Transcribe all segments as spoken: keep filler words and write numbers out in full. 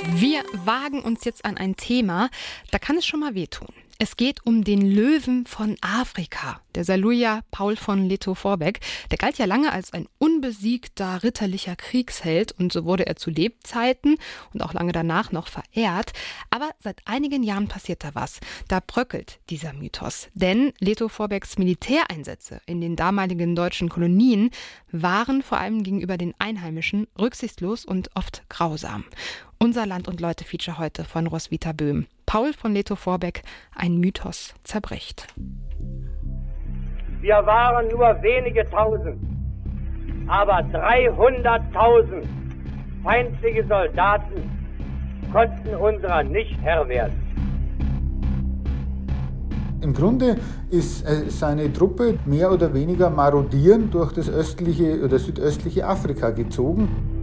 Wir wagen uns jetzt an ein Thema, da kann es schon mal wehtun. Es geht um den Löwen von Afrika, der Saluja Paul von Lettow-Vorbeck. Der galt ja lange als ein unbesiegter ritterlicher Kriegsheld und so wurde er zu Lebzeiten und auch lange danach noch verehrt. Aber seit einigen Jahren passiert da was. Da bröckelt dieser Mythos. Denn Lettow-Vorbecks Militäreinsätze in den damaligen deutschen Kolonien waren vor allem gegenüber den Einheimischen rücksichtslos und oft grausam. Unser Land und Leute-Feature heute von Roswitha Böhm. Paul von Lettow-Vorbeck, ein Mythos zerbricht. Wir waren nur wenige Tausend, aber dreihunderttausend feindliche Soldaten konnten unserer nicht Herr werden. Im Grunde ist seine Truppe mehr oder weniger marodierend durch das östliche oder südöstliche Afrika gezogen.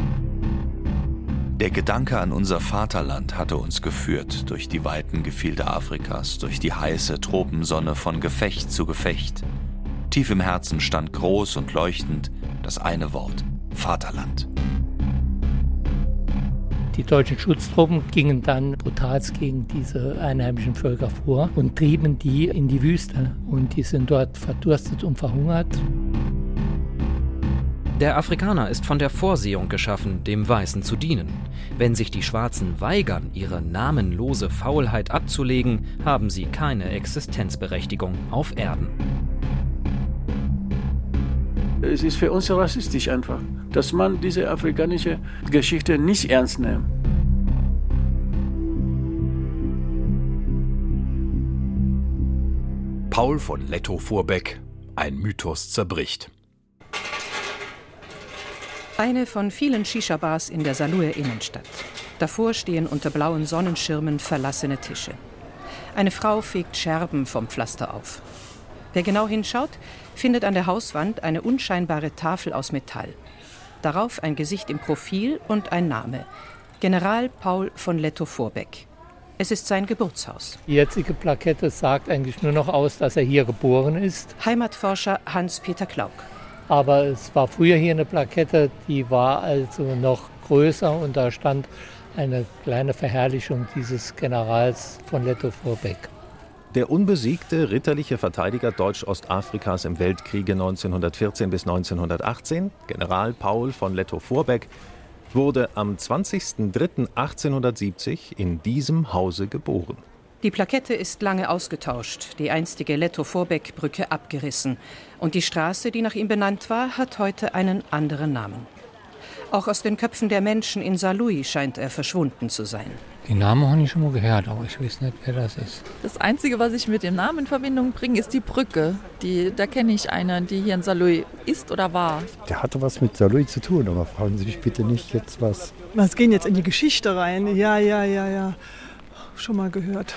Der Gedanke an unser Vaterland hatte uns geführt durch die weiten Gefilde Afrikas, durch die heiße Tropensonne von Gefecht zu Gefecht. Tief im Herzen stand groß und leuchtend das eine Wort: Vaterland. Die deutschen Schutztruppen gingen dann brutalst gegen diese einheimischen Völker vor und trieben die in die Wüste. Und die sind dort verdurstet und verhungert. Der Afrikaner ist von der Vorsehung geschaffen, dem Weißen zu dienen. Wenn sich die Schwarzen weigern, ihre namenlose Faulheit abzulegen, haben sie keine Existenzberechtigung auf Erden. Es ist für uns rassistisch einfach, dass man diese afrikanische Geschichte nicht ernst nimmt. Paul von Lettow-Vorbeck, ein Mythos zerbricht. Eine von vielen Shisha-Bars in der Saluja Innenstadt. Davor stehen unter blauen Sonnenschirmen verlassene Tische. Eine Frau fegt Scherben vom Pflaster auf. Wer genau hinschaut, findet an der Hauswand eine unscheinbare Tafel aus Metall. Darauf ein Gesicht im Profil und ein Name: General Paul von Lettow-Vorbeck. Es ist sein Geburtshaus. Die jetzige Plakette sagt eigentlich nur noch aus, dass er hier geboren ist. Heimatforscher Hans-Peter Klauk. Aber es war früher hier eine Plakette, die war also noch größer und da stand eine kleine Verherrlichung dieses Generals von Lettow-Vorbeck. Der unbesiegte ritterliche Verteidiger Deutsch-Ostafrikas im Weltkriege neunzehnhundertvierzehn bis neunzehnhundertachtzehn, General Paul von Lettow-Vorbeck, wurde am zwanzigsten dritten achtzehnhundertsiebzig in diesem Hause geboren. Die Plakette ist lange ausgetauscht, die einstige Lettow-Vorbeck-Brücke abgerissen. Und die Straße, die nach ihm benannt war, hat heute einen anderen Namen. Auch aus den Köpfen der Menschen in Saarlouis scheint er verschwunden zu sein. Den Namen habe ich schon mal gehört, aber ich weiß nicht, wer das ist. Das Einzige, was ich mit dem Namen in Verbindung bringe, ist die Brücke. Die, da kenne ich eine, die hier in Saarlouis ist oder war. Der hatte was mit Saarlouis zu tun, aber fragen Sie mich bitte nicht jetzt was. Was gehen jetzt in die Geschichte rein? Ja, ja, ja, ja. Schon mal gehört.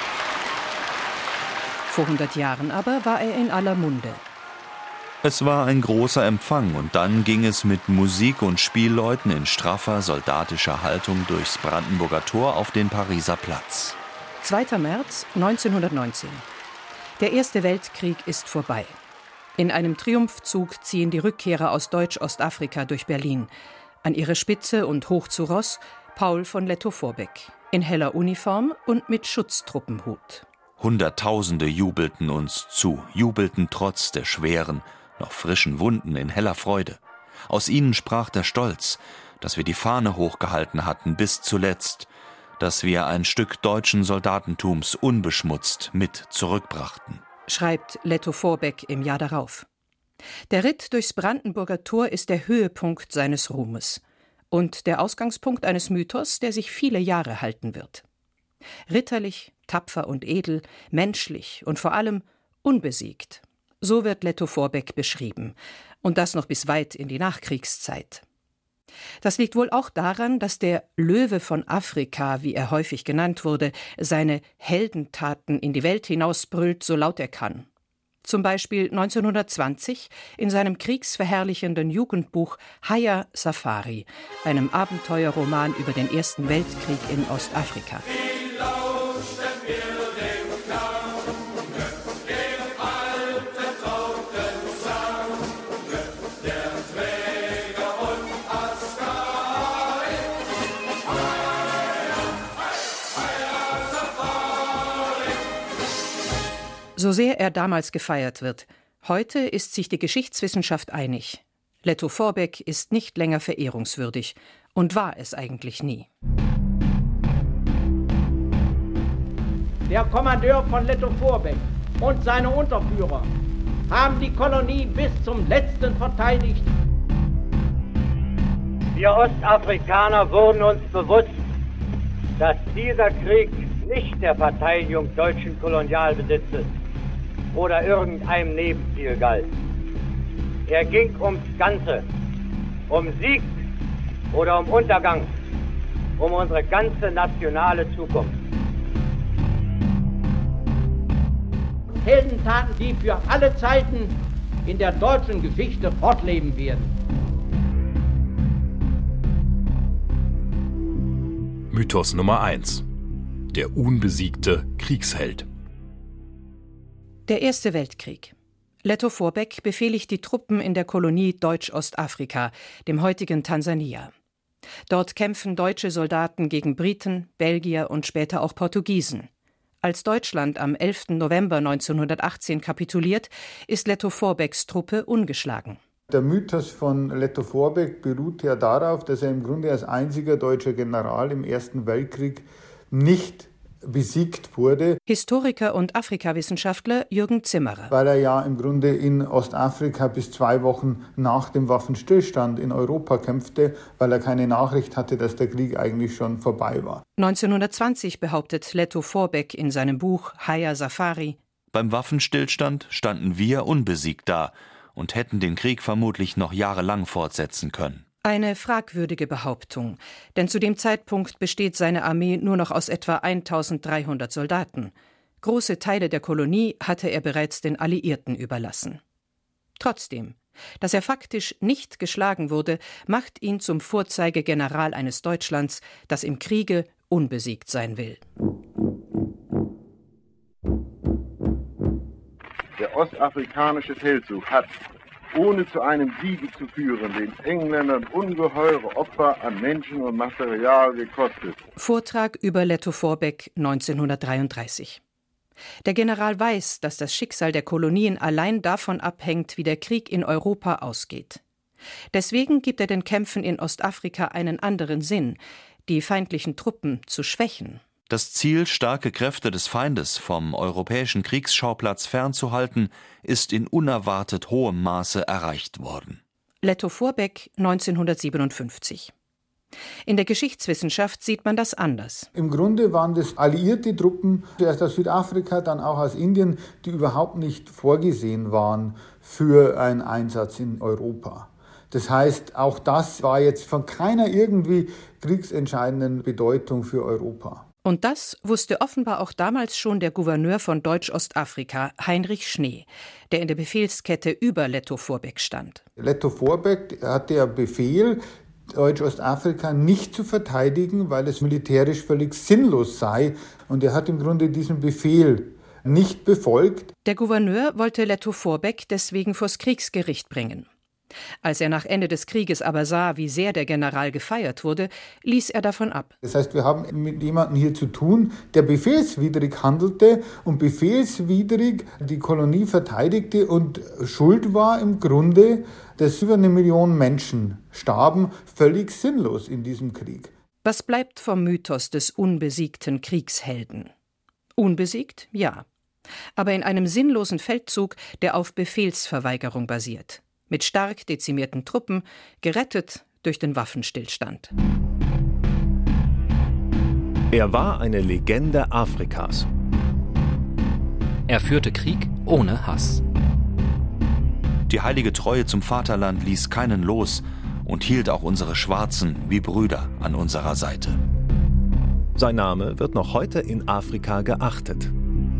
Vor hundert Jahren aber war er in aller Munde. Es war ein großer Empfang und dann ging es mit Musik und Spielleuten in straffer soldatischer Haltung durchs Brandenburger Tor auf den Pariser Platz. zweiter März neunzehnhundertneunzehn. Der Erste Weltkrieg ist vorbei. In einem Triumphzug ziehen die Rückkehrer aus Deutsch-Ostafrika durch Berlin. An ihrer Spitze und hoch zu Ross Paul von Lettow-Vorbeck. In heller Uniform und mit Schutztruppenhut. Hunderttausende jubelten uns zu, jubelten trotz der schweren, noch frischen Wunden in heller Freude. Aus ihnen sprach der Stolz, dass wir die Fahne hochgehalten hatten bis zuletzt, dass wir ein Stück deutschen Soldatentums unbeschmutzt mit zurückbrachten. Schreibt Lettow-Vorbeck im Jahr darauf. Der Ritt durchs Brandenburger Tor ist der Höhepunkt seines Ruhmes. Und der Ausgangspunkt eines Mythos, der sich viele Jahre halten wird. Ritterlich, tapfer und edel, menschlich und vor allem unbesiegt. So wird Lettow-Vorbeck beschrieben. Und das noch bis weit in die Nachkriegszeit. Das liegt wohl auch daran, dass der Löwe von Afrika, wie er häufig genannt wurde, seine Heldentaten in die Welt hinausbrüllt, so laut er kann. Zum Beispiel neunzehnhundertzwanzig in seinem kriegsverherrlichenden Jugendbuch Haya Safari, einem Abenteuerroman über den Ersten Weltkrieg in Ostafrika. So sehr er damals gefeiert wird, heute ist sich die Geschichtswissenschaft einig. Lettow-Vorbeck ist nicht länger verehrungswürdig und war es eigentlich nie. Der Kommandeur von Lettow-Vorbeck und seine Unterführer haben die Kolonie bis zum Letzten verteidigt. Wir Ostafrikaner wurden uns bewusst, dass dieser Krieg nicht der Verteidigung deutschen Kolonialbesitzes oder irgendeinem Nebenziel galt. Er ging ums Ganze, um Sieg oder um Untergang, um unsere ganze nationale Zukunft. Heldentaten, die für alle Zeiten in der deutschen Geschichte fortleben werden. Mythos Nummer eins. Der unbesiegte Kriegsheld. Der Erste Weltkrieg. Lettow-Vorbeck befehligt die Truppen in der Kolonie Deutsch-Ostafrika, dem heutigen Tansania. Dort kämpfen deutsche Soldaten gegen Briten, Belgier und später auch Portugiesen. Als Deutschland am elften November neunzehnhundertachtzehn kapituliert, ist Lettow-Vorbecks Truppe ungeschlagen. Der Mythos von Lettow-Vorbeck beruht ja darauf, dass er im Grunde als einziger deutscher General im Ersten Weltkrieg nicht besiegt wurde. Historiker und Afrikawissenschaftler Jürgen Zimmerer. Weil er ja im Grunde in Ostafrika bis zwei Wochen nach dem Waffenstillstand in Europa kämpfte, weil er keine Nachricht hatte, dass der Krieg eigentlich schon vorbei war. neunzehnhundertzwanzig behauptet Lettow-Vorbeck in seinem Buch Haya Safari: Beim Waffenstillstand standen wir unbesiegt da und hätten den Krieg vermutlich noch jahrelang fortsetzen können. Eine fragwürdige Behauptung, denn zu dem Zeitpunkt besteht seine Armee nur noch aus etwa eintausenddreihundert Soldaten. Große Teile der Kolonie hatte er bereits den Alliierten überlassen. Trotzdem, dass er faktisch nicht geschlagen wurde, macht ihn zum Vorzeigegeneral eines Deutschlands, das im Kriege unbesiegt sein will. Der ostafrikanische Feldzug hat, ohne zu einem Siege zu führen, den Engländern ungeheure Opfer an Menschen und Material gekostet. Vortrag über Lettow-Vorbeck neunzehnhundertdreiunddreißig. Der General weiß, dass das Schicksal der Kolonien allein davon abhängt, wie der Krieg in Europa ausgeht. Deswegen gibt er den Kämpfen in Ostafrika einen anderen Sinn, die feindlichen Truppen zu schwächen. Das Ziel, starke Kräfte des Feindes vom europäischen Kriegsschauplatz fernzuhalten, ist in unerwartet hohem Maße erreicht worden. Lettow-Vorbeck neunzehnhundertsiebenundfünfzig. In der Geschichtswissenschaft sieht man das anders. Im Grunde waren das alliierte Truppen, zuerst aus Südafrika, dann auch aus Indien, die überhaupt nicht vorgesehen waren für einen Einsatz in Europa. Das heißt, auch das war jetzt von keiner irgendwie kriegsentscheidenden Bedeutung für Europa. Und das wusste offenbar auch damals schon der Gouverneur von Deutsch-Ostafrika, Heinrich Schnee, der in der Befehlskette über Lettow-Vorbeck stand. Lettow-Vorbeck hatte ja Befehl, Deutsch-Ostafrika nicht zu verteidigen, weil es militärisch völlig sinnlos sei. Und er hat im Grunde diesen Befehl nicht befolgt. Der Gouverneur wollte Lettow-Vorbeck deswegen vors Kriegsgericht bringen. Als er nach Ende des Krieges aber sah, wie sehr der General gefeiert wurde, ließ er davon ab. Das heißt, wir haben mit jemandem hier zu tun, der befehlswidrig handelte und befehlswidrig die Kolonie verteidigte und schuld war im Grunde, dass über eine Million Menschen starben, völlig sinnlos in diesem Krieg. Was bleibt vom Mythos des unbesiegten Kriegshelden? Unbesiegt? Ja. Aber in einem sinnlosen Feldzug, der auf Befehlsverweigerung basiert. Mit stark dezimierten Truppen, gerettet durch den Waffenstillstand. Er war eine Legende Afrikas. Er führte Krieg ohne Hass. Die heilige Treue zum Vaterland ließ keinen los und hielt auch unsere Schwarzen wie Brüder an unserer Seite. Sein Name wird noch heute in Afrika geachtet.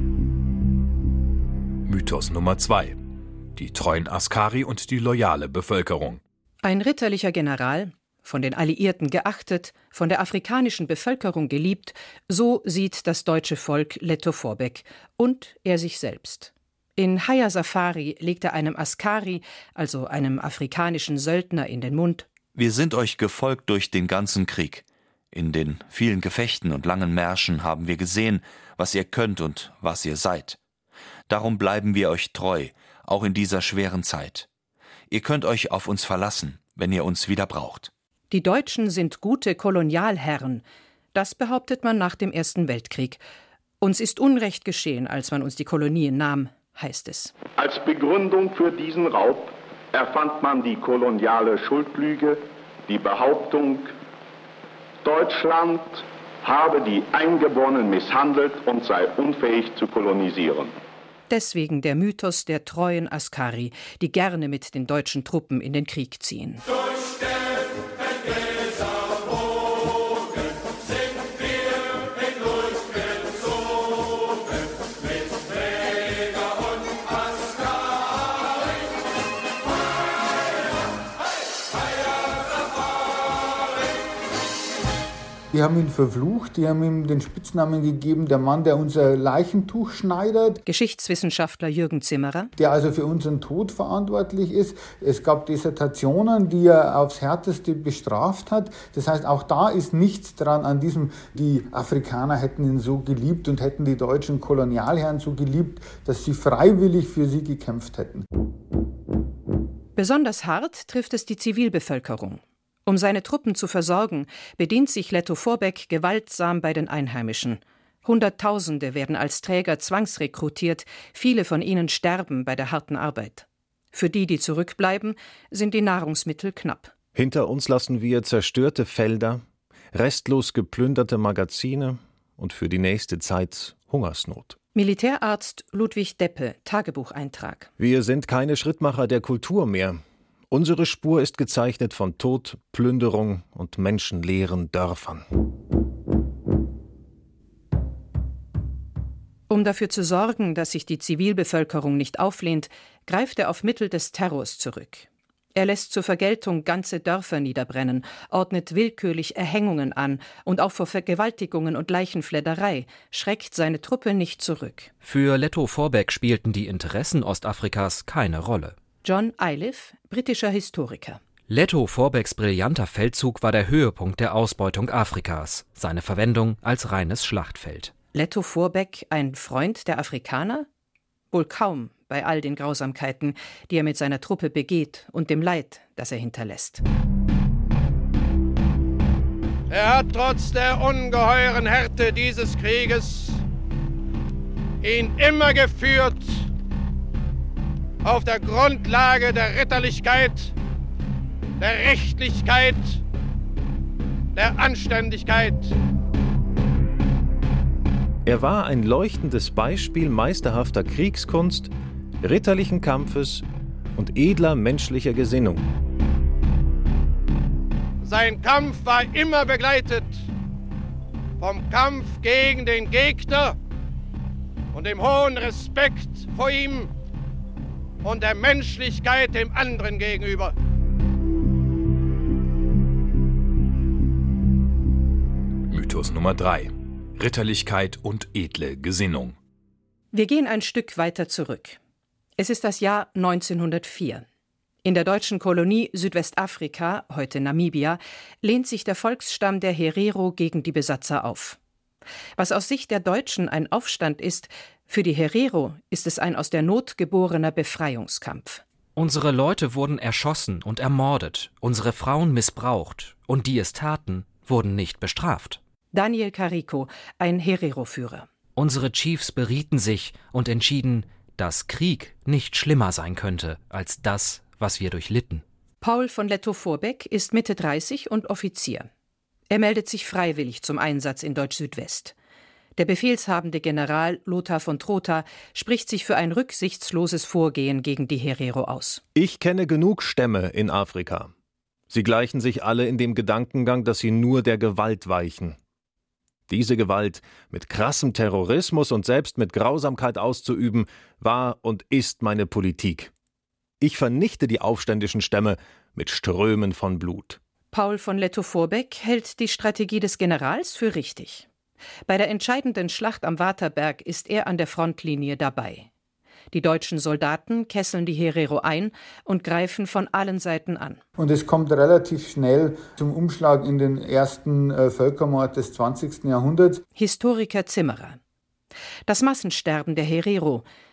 Mythos Nummer zwei. Die treuen Askari und die loyale Bevölkerung. Ein ritterlicher General, von den Alliierten geachtet, von der afrikanischen Bevölkerung geliebt, so sieht das deutsche Volk Lettow-Vorbeck und er sich selbst. In Haya Safari legt er einem Askari, also einem afrikanischen Söldner, in den Mund: Wir sind euch gefolgt durch den ganzen Krieg. In den vielen Gefechten und langen Märschen haben wir gesehen, was ihr könnt und was ihr seid. Darum bleiben wir euch treu, auch in dieser schweren Zeit. Ihr könnt euch auf uns verlassen, wenn ihr uns wieder braucht. Die Deutschen sind gute Kolonialherren. Das behauptet man nach dem Ersten Weltkrieg. Uns ist Unrecht geschehen, als man uns die Kolonien nahm, heißt es. Als Begründung für diesen Raub erfand man die koloniale Schuldlüge, die Behauptung, Deutschland habe die Eingeborenen misshandelt und sei unfähig zu kolonisieren. Deswegen der Mythos der treuen Askari, die gerne mit den deutschen Truppen in den Krieg ziehen. Die haben ihn verflucht, die haben ihm den Spitznamen gegeben, der Mann, der unser Leichentuch schneidert. Geschichtswissenschaftler Jürgen Zimmerer. Der also für unseren Tod verantwortlich ist. Es gab Dissertationen, die er aufs Härteste bestraft hat. Das heißt, auch da ist nichts dran an diesem, die Afrikaner hätten ihn so geliebt und hätten die deutschen Kolonialherren so geliebt, dass sie freiwillig für sie gekämpft hätten. Besonders hart trifft es die Zivilbevölkerung. Um seine Truppen zu versorgen, bedient sich Lettow-Vorbeck gewaltsam bei den Einheimischen. Hunderttausende werden als Träger zwangsrekrutiert, viele von ihnen sterben bei der harten Arbeit. Für die, die zurückbleiben, sind die Nahrungsmittel knapp. Hinter uns lassen wir zerstörte Felder, restlos geplünderte Magazine und für die nächste Zeit Hungersnot. Militärarzt Ludwig Deppe, Tagebucheintrag. Wir sind keine Schrittmacher der Kultur mehr. Unsere Spur ist gezeichnet von Tod, Plünderung und menschenleeren Dörfern. Um dafür zu sorgen, dass sich die Zivilbevölkerung nicht auflehnt, greift er auf Mittel des Terrors zurück. Er lässt zur Vergeltung ganze Dörfer niederbrennen, ordnet willkürlich Erhängungen an und auch vor Vergewaltigungen und Leichenfledderei schreckt seine Truppe nicht zurück. Für Lettow-Vorbeck spielten die Interessen Ostafrikas keine Rolle. John Iliff, britischer Historiker. Lettow-Vorbecks brillanter Feldzug war der Höhepunkt der Ausbeutung Afrikas, seine Verwendung als reines Schlachtfeld. Lettow-Vorbeck ein Freund der Afrikaner? Wohl kaum bei all den Grausamkeiten, die er mit seiner Truppe begeht und dem Leid, das er hinterlässt. Er hat trotz der ungeheuren Härte dieses Krieges ihn immer geführt auf der Grundlage der Ritterlichkeit, der Rechtlichkeit, der Anständigkeit. Er war ein leuchtendes Beispiel meisterhafter Kriegskunst, ritterlichen Kampfes und edler menschlicher Gesinnung. Sein Kampf war immer begleitet vom Kampf gegen den Gegner und dem hohen Respekt vor ihm und der Menschlichkeit dem anderen gegenüber. Mythos Nummer drei. Ritterlichkeit und edle Gesinnung. Wir gehen ein Stück weiter zurück. Es ist das Jahr neunzehnhundertvier. In der deutschen Kolonie Südwestafrika, heute Namibia, lehnt sich der Volksstamm der Herero gegen die Besatzer auf. Was aus Sicht der Deutschen ein Aufstand ist, für die Herero ist es ein aus der Not geborener Befreiungskampf. Unsere Leute wurden erschossen und ermordet, unsere Frauen missbraucht, und die es taten, wurden nicht bestraft. Daniel Carico, ein Herero-Führer. Unsere Chiefs berieten sich und entschieden, dass Krieg nicht schlimmer sein könnte als das, was wir durchlitten. Paul von Lettow-Vorbeck ist Mitte dreißig und Offizier. Er meldet sich freiwillig zum Einsatz in Deutsch-Südwest. Der befehlshabende General Lothar von Trotha spricht sich für ein rücksichtsloses Vorgehen gegen die Herero aus. Ich kenne genug Stämme in Afrika. Sie gleichen sich alle in dem Gedankengang, dass sie nur der Gewalt weichen. Diese Gewalt mit krassem Terrorismus und selbst mit Grausamkeit auszuüben, war und ist meine Politik. Ich vernichte die aufständischen Stämme mit Strömen von Blut. Paul von Lettow-Vorbeck hält die Strategie des Generals für richtig. Bei der entscheidenden Schlacht am Waterberg ist er an der Frontlinie dabei. Die deutschen Soldaten kesseln die Herero ein und greifen von allen Seiten an. Und es kommt relativ schnell zum Umschlag in den ersten äh, Völkermord des zwanzigsten Jahrhunderts. Historiker Zimmerer. Das Massensterben der Herero,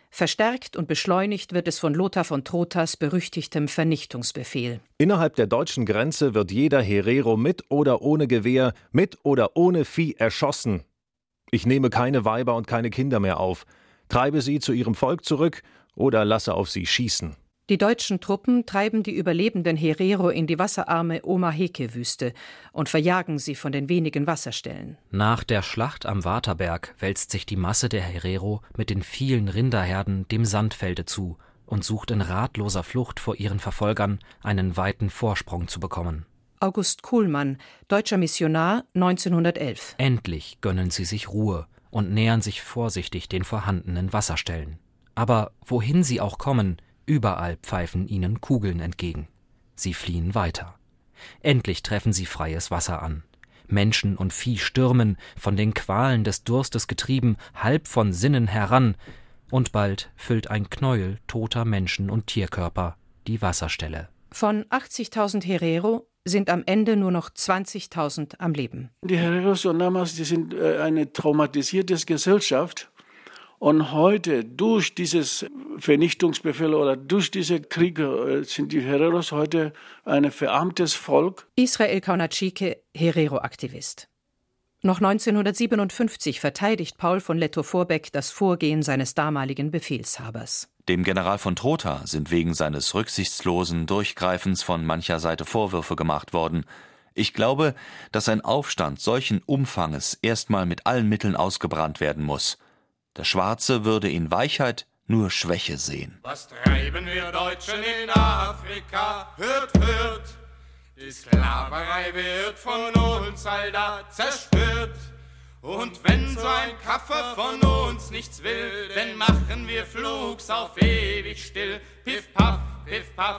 Verstärkt und beschleunigt wird es von Lothar von Trothas berüchtigtem Vernichtungsbefehl. Innerhalb der deutschen Grenze wird jeder Herero mit oder ohne Gewehr, mit oder ohne Vieh erschossen. Ich nehme keine Weiber und keine Kinder mehr auf, treibe sie zu ihrem Volk zurück oder lasse auf sie schießen. Die deutschen Truppen treiben die überlebenden Herero in die wasserarme Omaheke-Wüste und verjagen sie von den wenigen Wasserstellen. Nach der Schlacht am Waterberg wälzt sich die Masse der Herero mit den vielen Rinderherden dem Sandfelde zu und sucht in ratloser Flucht vor ihren Verfolgern einen weiten Vorsprung zu bekommen. August Kuhlmann, deutscher Missionar, neunzehnhundertelf. Endlich gönnen sie sich Ruhe und nähern sich vorsichtig den vorhandenen Wasserstellen. Aber wohin sie auch kommen, überall pfeifen ihnen Kugeln entgegen. Sie fliehen weiter. Endlich treffen sie freies Wasser an. Menschen und Vieh stürmen, von den Qualen des Durstes getrieben, halb von Sinnen heran, und bald füllt ein Knäuel toter Menschen und Tierkörper die Wasserstelle. Von achtzigtausend Herero sind am Ende nur noch zwanzigtausend am Leben. Die Hereros und Namas, die sind eine traumatisierte Gesellschaft. Und heute, durch dieses Vernichtungsbefehl oder durch diese Kriege, sind die Hereros heute ein verarmtes Volk. Israel Kaunatschike, Herero-Aktivist. Noch neunzehnhundertsiebenundfünfzig verteidigt Paul von Lettow-Vorbeck das Vorgehen seines damaligen Befehlshabers. Dem General von Trotha sind wegen seines rücksichtslosen Durchgreifens von mancher Seite Vorwürfe gemacht worden. Ich glaube, dass ein Aufstand solchen Umfanges erstmal mit allen Mitteln ausgebrannt werden muss. Der Schwarze würde in Weichheit nur Schwäche sehen. Was treiben wir Deutschen in Afrika? Hört, hört! Die Sklaverei wird von uns allda zerstört. Und wenn so ein Kaffer von uns nichts will, dann machen wir flugs auf ewig still. Piff, paff, piff, paff,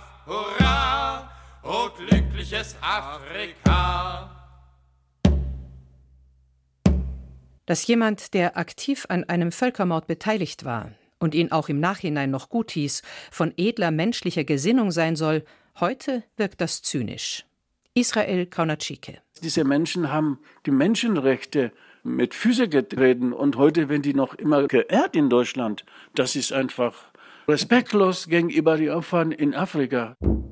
hurra! O glückliches Afrika! Dass jemand, der aktiv an einem Völkermord beteiligt war und ihn auch im Nachhinein noch gut hieß, von edler menschlicher Gesinnung sein soll, heute wirkt das zynisch. Israel Kaunatschike. Diese Menschen haben die Menschenrechte mit Füßen getreten und heute werden die noch immer geehrt in Deutschland. Das ist einfach respektlos gegenüber den Opfern in Afrika.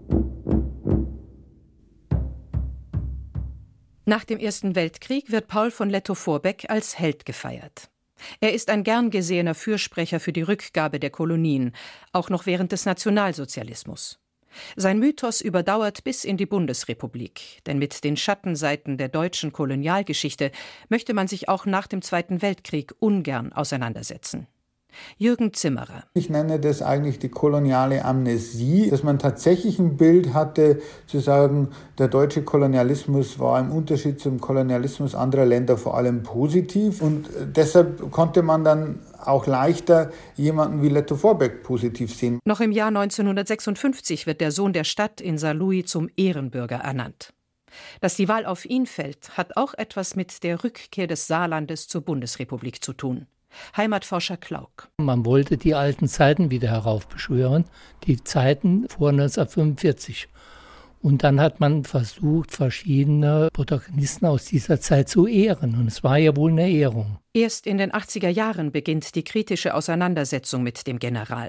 Nach dem Ersten Weltkrieg wird Paul von Lettow-Vorbeck als Held gefeiert. Er ist ein gern gesehener Fürsprecher für die Rückgabe der Kolonien, auch noch während des Nationalsozialismus. Sein Mythos überdauert bis in die Bundesrepublik, denn mit den Schattenseiten der deutschen Kolonialgeschichte möchte man sich auch nach dem Zweiten Weltkrieg ungern auseinandersetzen. Jürgen Zimmerer. Ich nenne das eigentlich die koloniale Amnesie, dass man tatsächlich ein Bild hatte, zu sagen, der deutsche Kolonialismus war im Unterschied zum Kolonialismus anderer Länder vor allem positiv und deshalb konnte man dann auch leichter jemanden wie Lettow-Vorbeck positiv sehen. Noch im Jahr neunzehnhundertsechsundfünfzig wird der Sohn der Stadt in Saarlouis zum Ehrenbürger ernannt. Dass die Wahl auf ihn fällt, hat auch etwas mit der Rückkehr des Saarlandes zur Bundesrepublik zu tun. Heimatforscher Klauk. Man wollte die alten Zeiten wieder heraufbeschwören, die Zeiten vor neunzehnhundertfünfundvierzig. Und dann hat man versucht, verschiedene Protagonisten aus dieser Zeit zu ehren. Und es war ja wohl eine Ehrung. Erst in den achtziger Jahren beginnt die kritische Auseinandersetzung mit dem General.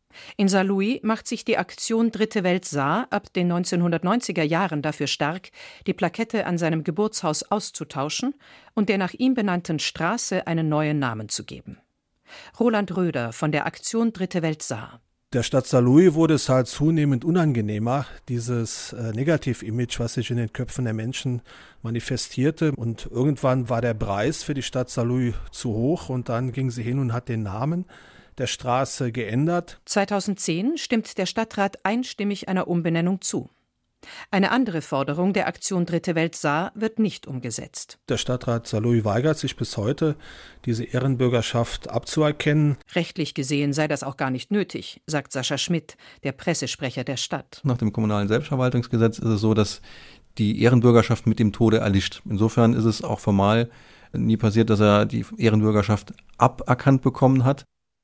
In Saarlouis macht sich die Aktion Dritte Welt Saar ab den neunzehnhundertneunziger Jahren dafür stark, die Plakette an seinem Geburtshaus auszutauschen und der nach ihm benannten Straße einen neuen Namen zu geben. Roland Röder von der Aktion Dritte Welt Saar. Der Stadt Saarlouis wurde es halt zunehmend unangenehmer, dieses äh, Negativ-Image, was sich in den Köpfen der Menschen manifestierte. Und irgendwann war der Preis für die Stadt Saarlouis zu hoch und dann ging sie hin und hat den Namen der Straße geändert. zweitausendzehn stimmt der Stadtrat einstimmig einer Umbenennung zu. Eine andere Forderung der Aktion Dritte Welt Saar wird nicht umgesetzt. Der Stadtrat Saarlouis weigert sich bis heute, diese Ehrenbürgerschaft abzuerkennen. Rechtlich gesehen sei das auch gar nicht nötig, sagt Sascha Schmidt, der Pressesprecher der Stadt. Nach dem kommunalen Selbstverwaltungsgesetz ist es so, dass die Ehrenbürgerschaft mit dem Tode erlischt. Insofern ist es auch formal nie passiert, dass er die Ehrenbürgerschaft aberkannt bekommen hat.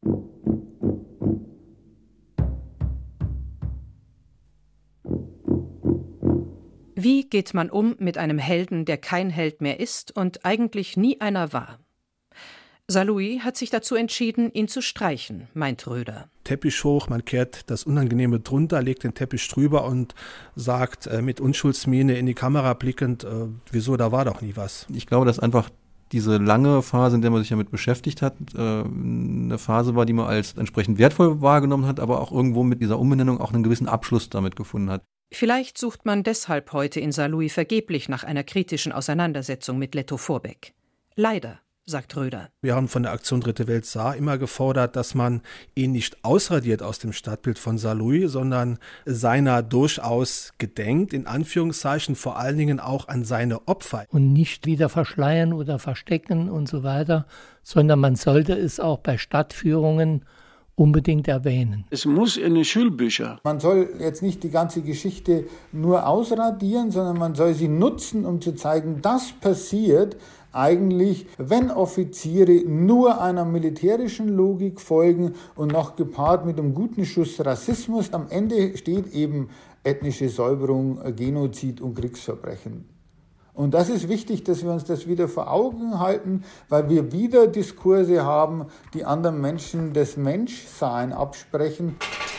Wie geht man um mit einem Helden, der kein Held mehr ist und eigentlich nie einer war? Saarlouis hat sich dazu entschieden, ihn zu streichen, meint Röder. Teppich hoch, man kehrt das Unangenehme drunter, legt den Teppich drüber und sagt äh, mit Unschuldsmiene in die Kamera blickend, äh, wieso, da war doch nie was. Ich glaube, dass einfach diese lange Phase, in der man sich damit beschäftigt hat, äh, eine Phase war, die man als entsprechend wertvoll wahrgenommen hat, aber auch irgendwo mit dieser Umbenennung auch einen gewissen Abschluss damit gefunden hat. Vielleicht sucht man deshalb heute in Saarlouis vergeblich nach einer kritischen Auseinandersetzung mit Lettow-Vorbeck. Leider, sagt Röder. Wir haben von der Aktion Dritte Welt Saar immer gefordert, dass man ihn nicht ausradiert aus dem Stadtbild von Saarlouis, sondern seiner durchaus gedenkt, in Anführungszeichen vor allen Dingen auch an seine Opfer. Und nicht wieder verschleiern oder verstecken und so weiter, sondern man sollte es auch bei Stadtführungen unbedingt erwähnen. Es muss in die Schulbücher. Man soll jetzt nicht die ganze Geschichte nur ausradieren, sondern man soll sie nutzen, um zu zeigen, das passiert eigentlich, wenn Offiziere nur einer militärischen Logik folgen und noch gepaart mit einem guten Schuss Rassismus. Am Ende steht eben ethnische Säuberung, Genozid und Kriegsverbrechen. Und das ist wichtig, dass wir uns das wieder vor Augen halten, weil wir wieder Diskurse haben, die anderen Menschen das Menschsein absprechen.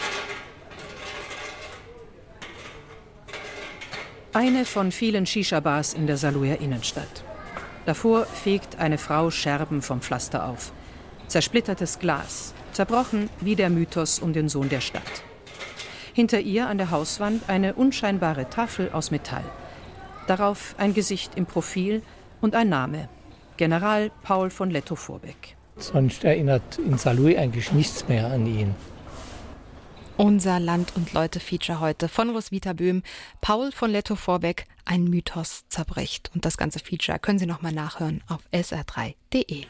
Eine von vielen Shisha-Bars in der Saarlouier Innenstadt. Davor fegt eine Frau Scherben vom Pflaster auf. Zersplittertes Glas, zerbrochen wie der Mythos um den Sohn der Stadt. Hinter ihr an der Hauswand eine unscheinbare Tafel aus Metall. Darauf ein Gesicht im Profil und ein Name: General Paul von Lettow-Vorbeck. Sonst erinnert in Saarlouis eigentlich nichts mehr an ihn. Unser Land- und Leute-Feature heute von Roswitha Böhm. Paul von Lettow-Vorbeck, ein Mythos zerbricht. Und das ganze Feature können Sie noch mal nachhören auf S R drei Punkt de.